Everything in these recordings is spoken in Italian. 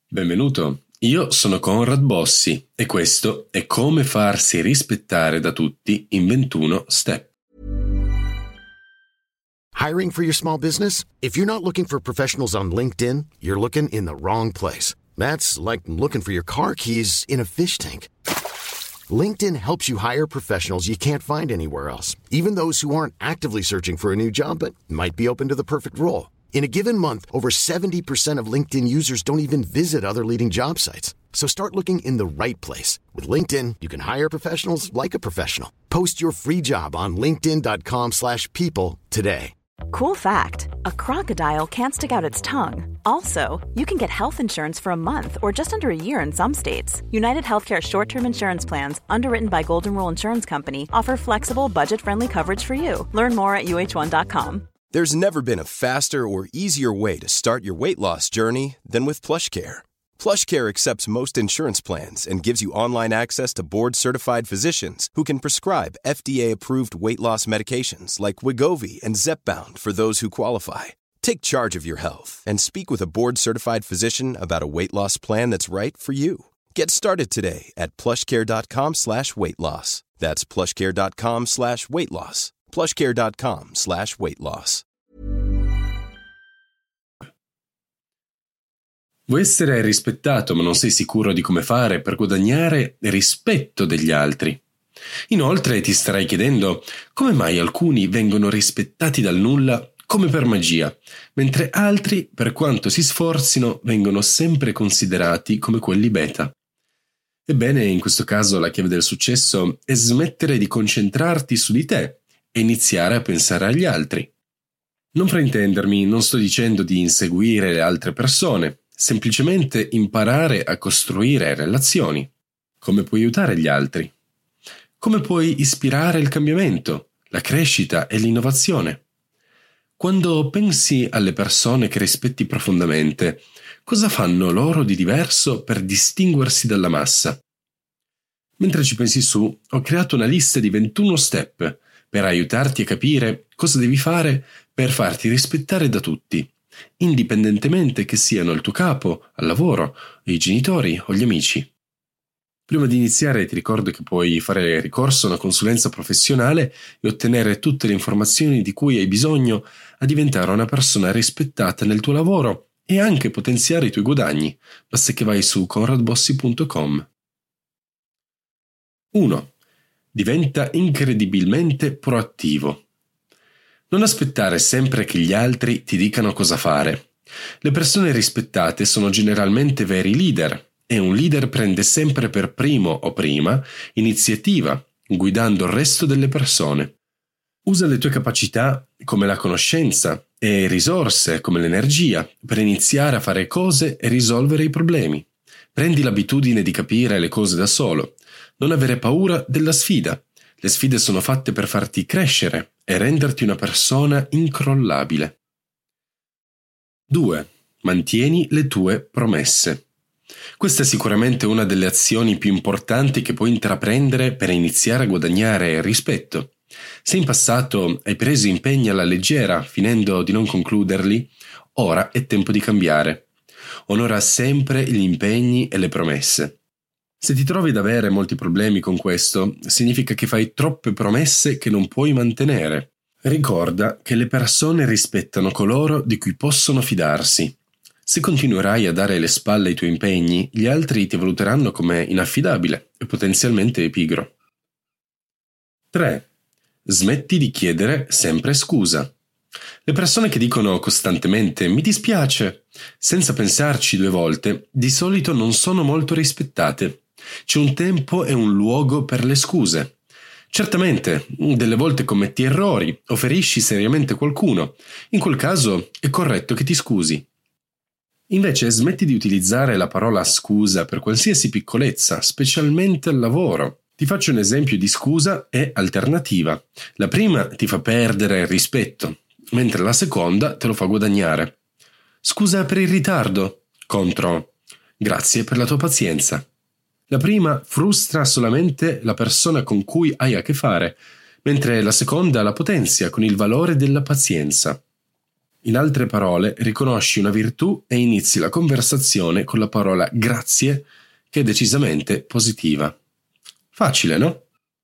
Benvenuto, io sono Conrad Bossi e questo è come farsi rispettare da tutti in 21 step. Hiring for your small business? If you're not looking for professionals on LinkedIn, you're looking in the wrong place. That's like looking for your car keys in a fish tank. LinkedIn helps you hire professionals you can't find anywhere else, even those who aren't actively searching for a new job but might be open to the perfect role. In a given month, over 70% of LinkedIn users don't even visit other leading job sites. So start looking in the right place. With LinkedIn, you can hire professionals like a professional. Post your free job on linkedin.com/people today. Cool fact, a crocodile can't stick out its tongue. Also, you can get health insurance for a month or just under a year in some states. United Healthcare short-term insurance plans, underwritten by Golden Rule Insurance Company, offer flexible, budget-friendly coverage for you. Learn more at uh1.com. There's never been a faster or easier way to start your weight loss journey than with PlushCare. PlushCare accepts most insurance plans and gives you online access to board-certified physicians who can prescribe FDA-approved weight loss medications like Wegovy and Zepbound for those who qualify. Take charge of your health and speak with a board-certified physician about a weight loss plan that's right for you. Get started today at plushcare.com/weight loss. That's plushcare.com/weight loss. plushcare.com/weight loss. Vuoi essere rispettato ma non sei sicuro di come fare per guadagnare rispetto degli altri? Inoltre ti starai chiedendo come mai alcuni vengono rispettati dal nulla come per magia, mentre altri, per quanto si sforzino, vengono sempre considerati come quelli beta. Ebbene, in questo caso la chiave del successo è smettere di concentrarti su di te e iniziare a pensare agli altri. Non fraintendermi, non sto dicendo di inseguire le altre persone, semplicemente imparare a costruire relazioni. Come puoi aiutare gli altri? Come puoi ispirare il cambiamento, la crescita e l'innovazione? Quando pensi alle persone che rispetti profondamente, cosa fanno loro di diverso per distinguersi dalla massa? Mentre ci pensi su, ho creato una lista di 21 step per aiutarti a capire cosa devi fare per farti rispettare da tutti, indipendentemente che siano il tuo capo, al lavoro, i genitori o gli amici. Prima di iniziare ti ricordo che puoi fare ricorso a una consulenza professionale e ottenere tutte le informazioni di cui hai bisogno a diventare una persona rispettata nel tuo lavoro e anche potenziare i tuoi guadagni. Basta che vai su conradbossi.com. 1. Diventa incredibilmente proattivo. Non aspettare sempre che gli altri ti dicano cosa fare. Le persone rispettate sono generalmente veri leader e un leader prende sempre per primo o prima iniziativa, guidando il resto delle persone. Usa le tue capacità come la conoscenza e risorse come l'energia per iniziare a fare cose e risolvere i problemi. Prendi l'abitudine di capire le cose da solo. Non avere paura della sfida. Le sfide sono fatte per farti crescere e renderti una persona incrollabile. 2. Mantieni le tue promesse. Questa è sicuramente una delle azioni più importanti che puoi intraprendere per iniziare a guadagnare rispetto. Se in passato hai preso impegni alla leggera finendo di non concluderli, ora è tempo di cambiare. Onora sempre gli impegni e le promesse. Se ti trovi ad avere molti problemi con questo, significa che fai troppe promesse che non puoi mantenere. Ricorda che le persone rispettano coloro di cui possono fidarsi. Se continuerai a dare le spalle ai tuoi impegni, gli altri ti valuteranno come inaffidabile e potenzialmente pigro. 3. Smetti di chiedere sempre scusa. Le persone che dicono costantemente «mi dispiace», senza pensarci due volte, di solito non sono molto rispettate. C'è un tempo e un luogo per le scuse. Certamente, delle volte commetti errori o ferisci seriamente qualcuno. In quel caso è corretto che ti scusi. Invece smetti di utilizzare la parola scusa per qualsiasi piccolezza, specialmente al lavoro. Ti faccio un esempio di scusa e alternativa. La prima ti fa perdere il rispetto, mentre la seconda te lo fa guadagnare. Scusa per il ritardo, contro grazie per la tua pazienza. La prima frustra solamente la persona con cui hai a che fare, mentre la seconda la potenzia con il valore della pazienza. In altre parole, riconosci una virtù e inizi la conversazione con la parola grazie, che è decisamente positiva. Facile, no?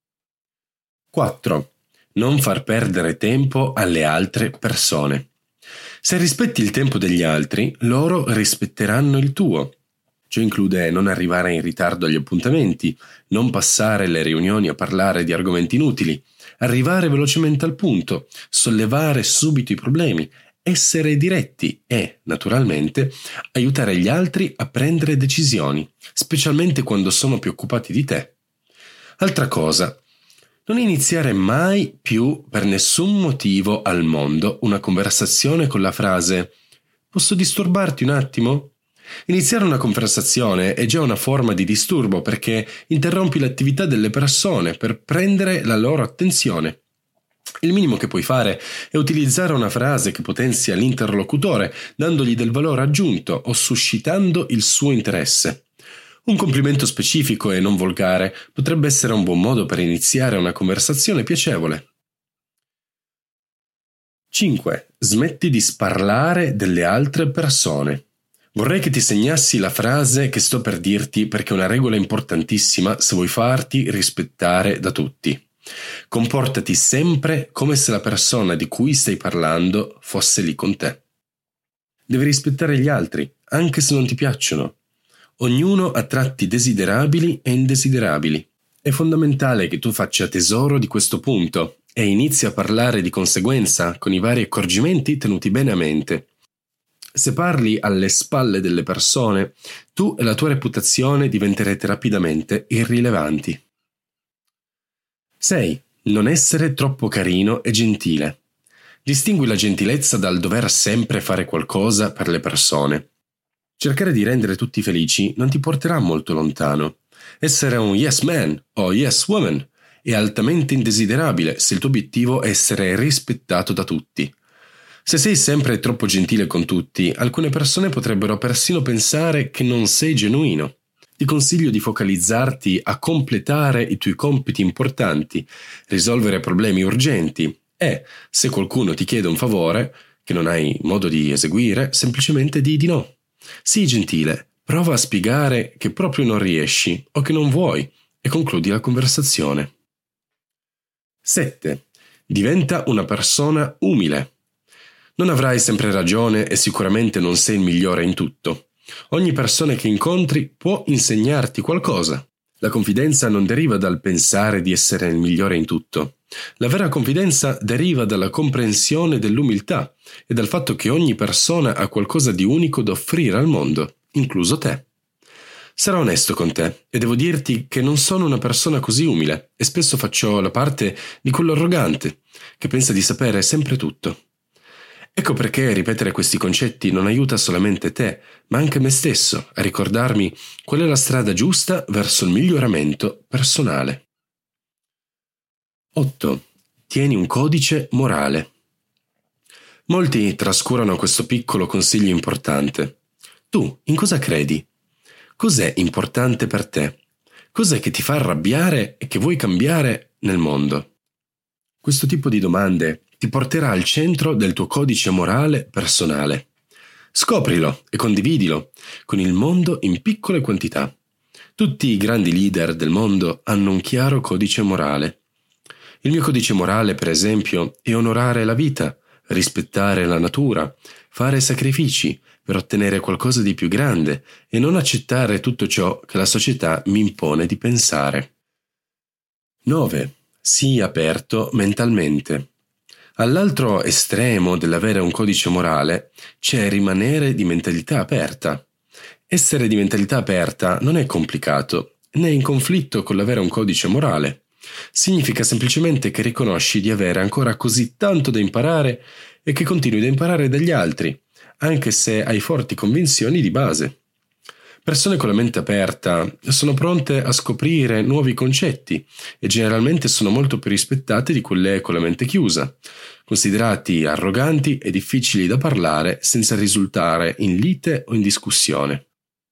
4. Non far perdere tempo alle altre persone. Se rispetti il tempo degli altri, loro rispetteranno il tuo. Ciò include non arrivare in ritardo agli appuntamenti, non passare le riunioni a parlare di argomenti inutili, arrivare velocemente al punto, sollevare subito i problemi, essere diretti e, naturalmente, aiutare gli altri a prendere decisioni, specialmente quando sono più occupati di te. Altra cosa, non iniziare mai più per nessun motivo al mondo una conversazione con la frase «Posso disturbarti un attimo?» Iniziare una conversazione è già una forma di disturbo perché interrompi l'attività delle persone per prendere la loro attenzione. Il minimo che puoi fare è utilizzare una frase che potenzia l'interlocutore, dandogli del valore aggiunto o suscitando il suo interesse. Un complimento specifico e non volgare potrebbe essere un buon modo per iniziare una conversazione piacevole. 5. Smetti di sparlare delle altre persone. Vorrei che ti segnassi la frase che sto per dirti perché è una regola importantissima se vuoi farti rispettare da tutti. Comportati sempre come se la persona di cui stai parlando fosse lì con te. Devi rispettare gli altri, anche se non ti piacciono. Ognuno ha tratti desiderabili e indesiderabili. È fondamentale che tu faccia tesoro di questo punto e inizi a parlare di conseguenza con i vari accorgimenti tenuti bene a mente. Se parli alle spalle delle persone, tu e la tua reputazione diventerete rapidamente irrilevanti. 6. Non essere troppo carino e gentile. Distingui la gentilezza dal dover sempre fare qualcosa per le persone. Cercare di rendere tutti felici non ti porterà molto lontano. Essere un yes man o yes woman è altamente indesiderabile se il tuo obiettivo è essere rispettato da tutti. Se sei sempre troppo gentile con tutti, alcune persone potrebbero persino pensare che non sei genuino. Ti consiglio di focalizzarti a completare i tuoi compiti importanti, risolvere problemi urgenti e, se qualcuno ti chiede un favore che non hai modo di eseguire, semplicemente di no. Sii gentile, prova a spiegare che proprio non riesci o che non vuoi e concludi la conversazione. 7. Diventa una persona umile. Non avrai sempre ragione e sicuramente non sei il migliore in tutto. Ogni persona che incontri può insegnarti qualcosa. La confidenza non deriva dal pensare di essere il migliore in tutto. La vera confidenza deriva dalla comprensione dell'umiltà e dal fatto che ogni persona ha qualcosa di unico da offrire al mondo, incluso te. Sarò onesto con te e devo dirti che non sono una persona così umile e spesso faccio la parte di quello arrogante che pensa di sapere sempre tutto. Ecco perché ripetere questi concetti non aiuta solamente te, ma anche me stesso a ricordarmi qual è la strada giusta verso il miglioramento personale. 8. Tieni un codice morale. Molti trascurano questo piccolo consiglio importante. Tu, in cosa credi? Cos'è importante per te? Cos'è che ti fa arrabbiare e che vuoi cambiare nel mondo? Questo tipo di domande ti porterà al centro del tuo codice morale personale. Scoprilo e condividilo con il mondo in piccole quantità. Tutti i grandi leader del mondo hanno un chiaro codice morale. Il mio codice morale, per esempio, è onorare la vita, rispettare la natura, fare sacrifici per ottenere qualcosa di più grande e non accettare tutto ciò che la società mi impone di pensare. 9. Sii aperto mentalmente. All'altro estremo dell'avere un codice morale c'è rimanere di mentalità aperta. Essere di mentalità aperta non è complicato, né in conflitto con l'avere un codice morale. Significa semplicemente che riconosci di avere ancora così tanto da imparare e che continui da imparare dagli altri, anche se hai forti convinzioni di base. Persone con la mente aperta sono pronte a scoprire nuovi concetti e generalmente sono molto più rispettate di quelle con la mente chiusa, considerati arroganti e difficili da parlare senza risultare in lite o in discussione.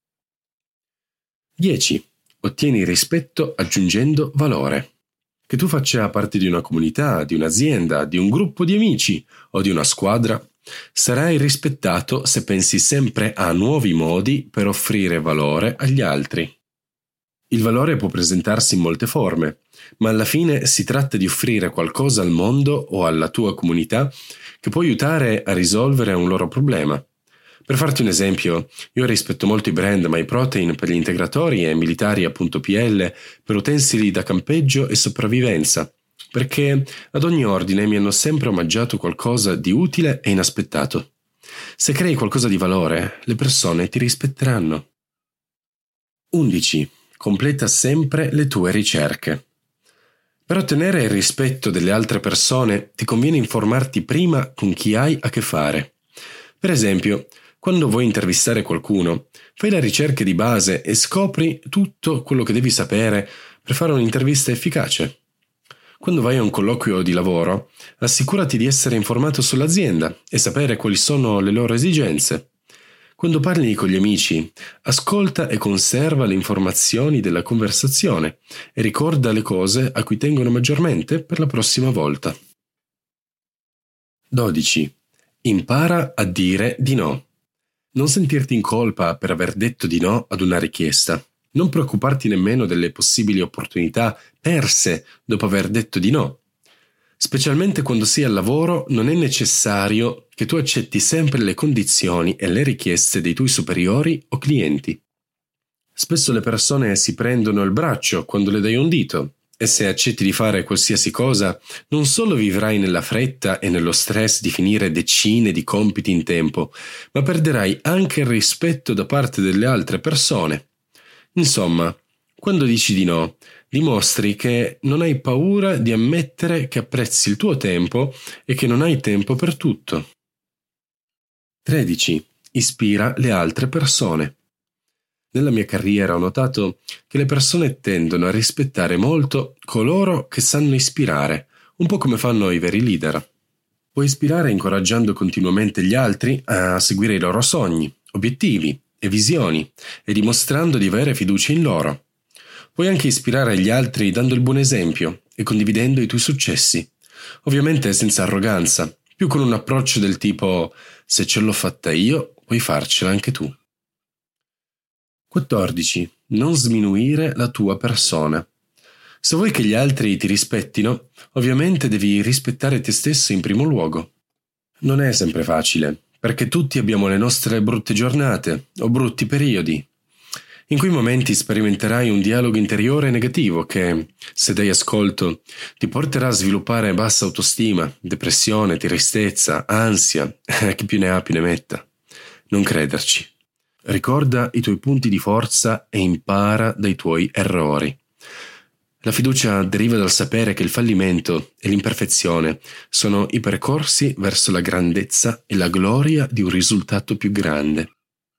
10. Ottieni rispetto aggiungendo valore. Che tu faccia parte di una comunità, di un'azienda, di un gruppo di amici o di una squadra, Sarai rispettato se pensi sempre a nuovi modi per offrire valore agli altri. Il valore può presentarsi in molte forme, ma alla fine si tratta di offrire qualcosa al mondo o alla tua comunità che può aiutare a risolvere un loro problema. Per farti un esempio, io rispetto molto i brand MyProtein per gli integratori e Militari.pl per utensili da campeggio e sopravvivenza, perché ad ogni ordine mi hanno sempre omaggiato qualcosa di utile e inaspettato. Se crei qualcosa di valore, le persone ti rispetteranno. 11. Completa sempre le tue ricerche. Per ottenere il rispetto delle altre persone ti conviene informarti prima con chi hai a che fare. Per esempio, quando vuoi intervistare qualcuno, fai la ricerca di base e scopri tutto quello che devi sapere per fare un'intervista efficace. Quando vai a un colloquio di lavoro, assicurati di essere informato sull'azienda e sapere quali sono le loro esigenze. Quando parli con gli amici, ascolta e conserva le informazioni della conversazione e ricorda le cose a cui tengono maggiormente per la prossima volta. 12. Impara a dire di no. Non sentirti in colpa per aver detto di no ad una richiesta. Non preoccuparti nemmeno delle possibili opportunità perse dopo aver detto di no. Specialmente quando sei al lavoro, non è necessario che tu accetti sempre le condizioni e le richieste dei tuoi superiori o clienti. Spesso le persone si prendono il braccio quando le dai un dito, e se accetti di fare qualsiasi cosa, non solo vivrai nella fretta e nello stress di finire decine di compiti in tempo, ma perderai anche il rispetto da parte delle altre persone. Insomma, quando dici di no, dimostri che non hai paura di ammettere che apprezzi il tuo tempo e che non hai tempo per tutto. 13. Ispira le altre persone. Nella mia carriera ho notato che le persone tendono a rispettare molto coloro che sanno ispirare, un po' come fanno i veri leader. Puoi ispirare incoraggiando continuamente gli altri a seguire i loro sogni, obiettivi e visioni e dimostrando di avere fiducia in loro. Puoi anche ispirare gli altri dando il buon esempio e condividendo i tuoi successi, ovviamente senza arroganza, più con un approccio del tipo «se ce l'ho fatta io, puoi farcela anche tu». 14. Non sminuire la tua persona. Se vuoi che gli altri ti rispettino, ovviamente devi rispettare te stesso in primo luogo. Non è sempre facile, perché tutti abbiamo le nostre brutte giornate o brutti periodi. In quei momenti sperimenterai un dialogo interiore negativo che, se dai ascolto, ti porterà a sviluppare bassa autostima, depressione, tristezza, ansia, chi più ne ha più ne metta. Non crederci. Ricorda i tuoi punti di forza e impara dai tuoi errori. La fiducia deriva dal sapere che il fallimento e l'imperfezione sono i percorsi verso la grandezza e la gloria di un risultato più grande.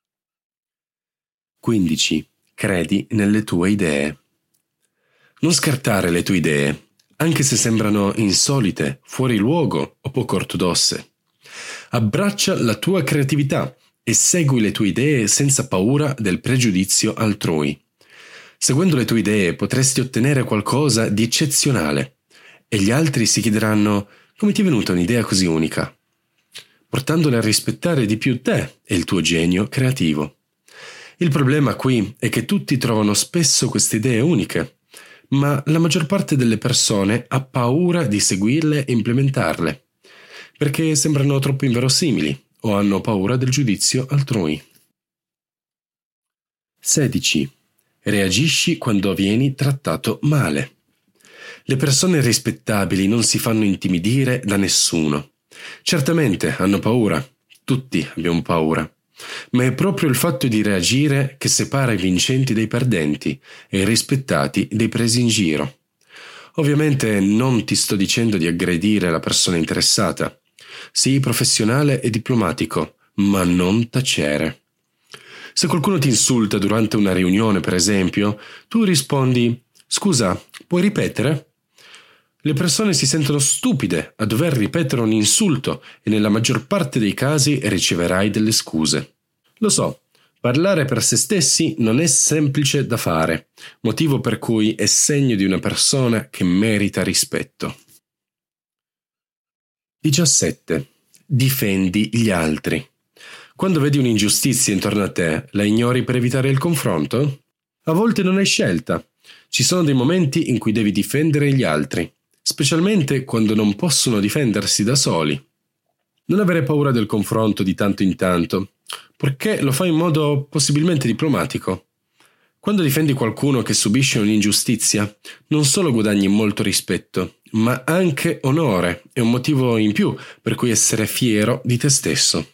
15. Credi nelle tue idee. Non scartare le tue idee, anche se sembrano insolite, fuori luogo o poco ortodosse. Abbraccia la tua creatività e segui le tue idee senza paura del pregiudizio altrui. Seguendo le tue idee potresti ottenere qualcosa di eccezionale e gli altri si chiederanno come ti è venuta un'idea così unica, portandole a rispettare di più te e il tuo genio creativo. Il problema qui è che tutti trovano spesso queste idee uniche, ma la maggior parte delle persone ha paura di seguirle e implementarle, perché sembrano troppo inverosimili o hanno paura del giudizio altrui. 16. Reagisci quando vieni trattato male. Le persone rispettabili non si fanno intimidire da nessuno. Certamente hanno paura, tutti abbiamo paura, ma è proprio il fatto di reagire che separa i vincenti dai perdenti e i rispettati dai presi in giro. Ovviamente non ti sto dicendo di aggredire la persona interessata. Sii professionale e diplomatico, ma non tacere. Se qualcuno ti insulta durante una riunione, per esempio, tu rispondi «Scusa, puoi ripetere?» Le persone si sentono stupide a dover ripetere un insulto e nella maggior parte dei casi riceverai delle scuse. Lo so, parlare per se stessi non è semplice da fare, motivo per cui è segno di una persona che merita rispetto. 17. difendi gli altri. Quando vedi un'ingiustizia intorno a te, la ignori per evitare il confronto? A volte non hai scelta. Ci sono dei momenti in cui devi difendere gli altri, specialmente quando non possono difendersi da soli. Non avere paura del confronto di tanto in tanto, perché lo fai in modo possibilmente diplomatico. Quando difendi qualcuno che subisce un'ingiustizia, non solo guadagni molto rispetto, ma anche onore e un motivo in più per cui essere fiero di te stesso.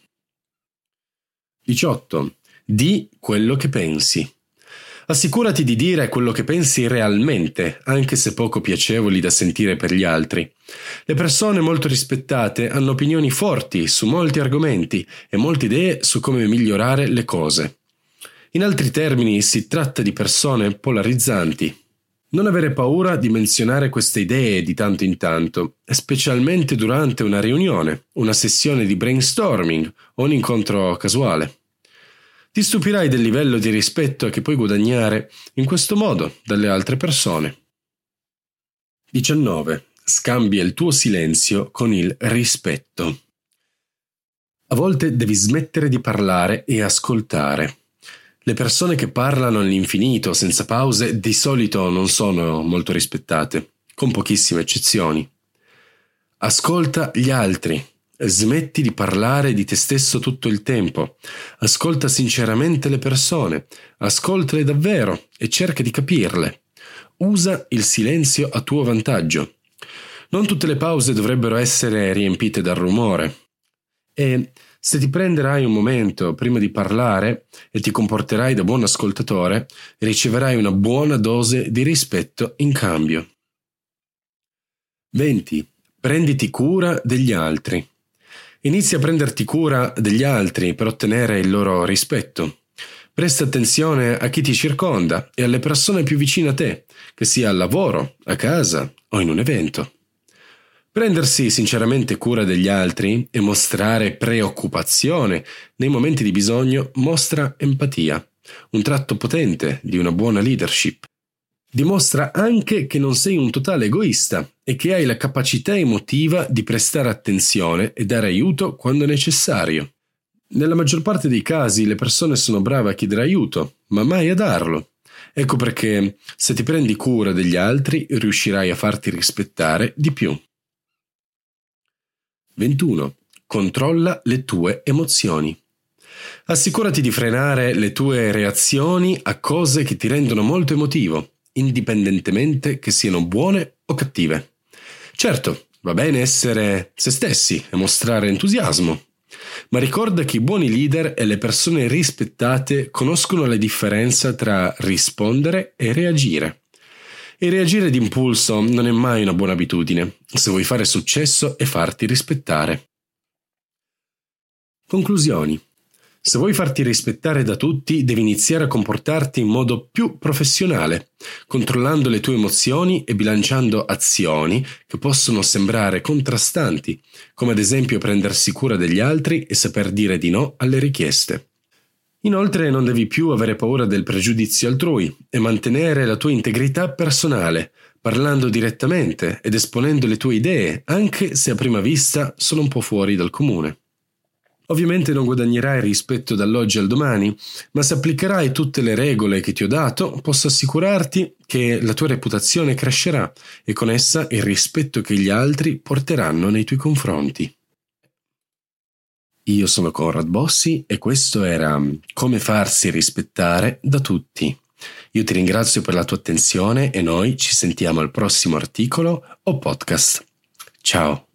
18. Di quello che pensi. Assicurati di dire quello che pensi realmente, anche se poco piacevoli da sentire per gli altri. Le persone molto rispettate hanno opinioni forti su molti argomenti e molte idee su come migliorare le cose. In altri termini, si tratta di persone polarizzanti. Non avere paura di menzionare queste idee di tanto in tanto, specialmente durante una riunione, una sessione di brainstorming o un incontro casuale. Ti stupirai del livello di rispetto che puoi guadagnare in questo modo dalle altre persone. 19. Scambia il tuo silenzio con il rispetto. A volte devi smettere di parlare e ascoltare. Le persone che parlano all'infinito, senza pause, di solito non sono molto rispettate, con pochissime eccezioni. Ascolta gli altri. Smetti di parlare di te stesso tutto il tempo. Ascolta sinceramente le persone. Ascoltale davvero e cerca di capirle. Usa il silenzio a tuo vantaggio. Non tutte le pause dovrebbero essere riempite dal rumore. E se ti prenderai un momento prima di parlare e ti comporterai da buon ascoltatore, riceverai una buona dose di rispetto in cambio. 20. Prenditi cura degli altri. Inizia a prenderti cura degli altri per ottenere il loro rispetto. Presta attenzione a chi ti circonda e alle persone più vicine a te, che sia al lavoro, a casa o in un evento. Prendersi sinceramente cura degli altri e mostrare preoccupazione nei momenti di bisogno mostra empatia, un tratto potente di una buona leadership. Dimostra anche che non sei un totale egoista e che hai la capacità emotiva di prestare attenzione e dare aiuto quando è necessario. Nella maggior parte dei casi le persone sono brave a chiedere aiuto, ma mai a darlo. Ecco perché se ti prendi cura degli altri riuscirai a farti rispettare di più. 21. Controlla le tue emozioni. Assicurati di frenare le tue reazioni a cose che ti rendono molto emotivo, indipendentemente che siano buone o cattive. Certo, va bene essere se stessi e mostrare entusiasmo, ma ricorda che i buoni leader e le persone rispettate conoscono la differenza tra rispondere e reagire. E reagire d'impulso non è mai una buona abitudine, se vuoi fare successo e farti rispettare. Conclusioni. Se vuoi farti rispettare da tutti, devi iniziare a comportarti in modo più professionale, controllando le tue emozioni e bilanciando azioni che possono sembrare contrastanti, come ad esempio prendersi cura degli altri e saper dire di no alle richieste. Inoltre non devi più avere paura del pregiudizio altrui e mantenere la tua integrità personale, parlando direttamente ed esponendo le tue idee, anche se a prima vista sono un po' fuori dal comune. Ovviamente non guadagnerai rispetto dall'oggi al domani, ma se applicherai tutte le regole che ti ho dato, posso assicurarti che la tua reputazione crescerà e con essa il rispetto che gli altri porteranno nei tuoi confronti. Io sono Conrad Bossi e questo era Come farsi rispettare da tutti. Io ti ringrazio per la tua attenzione e noi ci sentiamo al prossimo articolo o podcast. Ciao!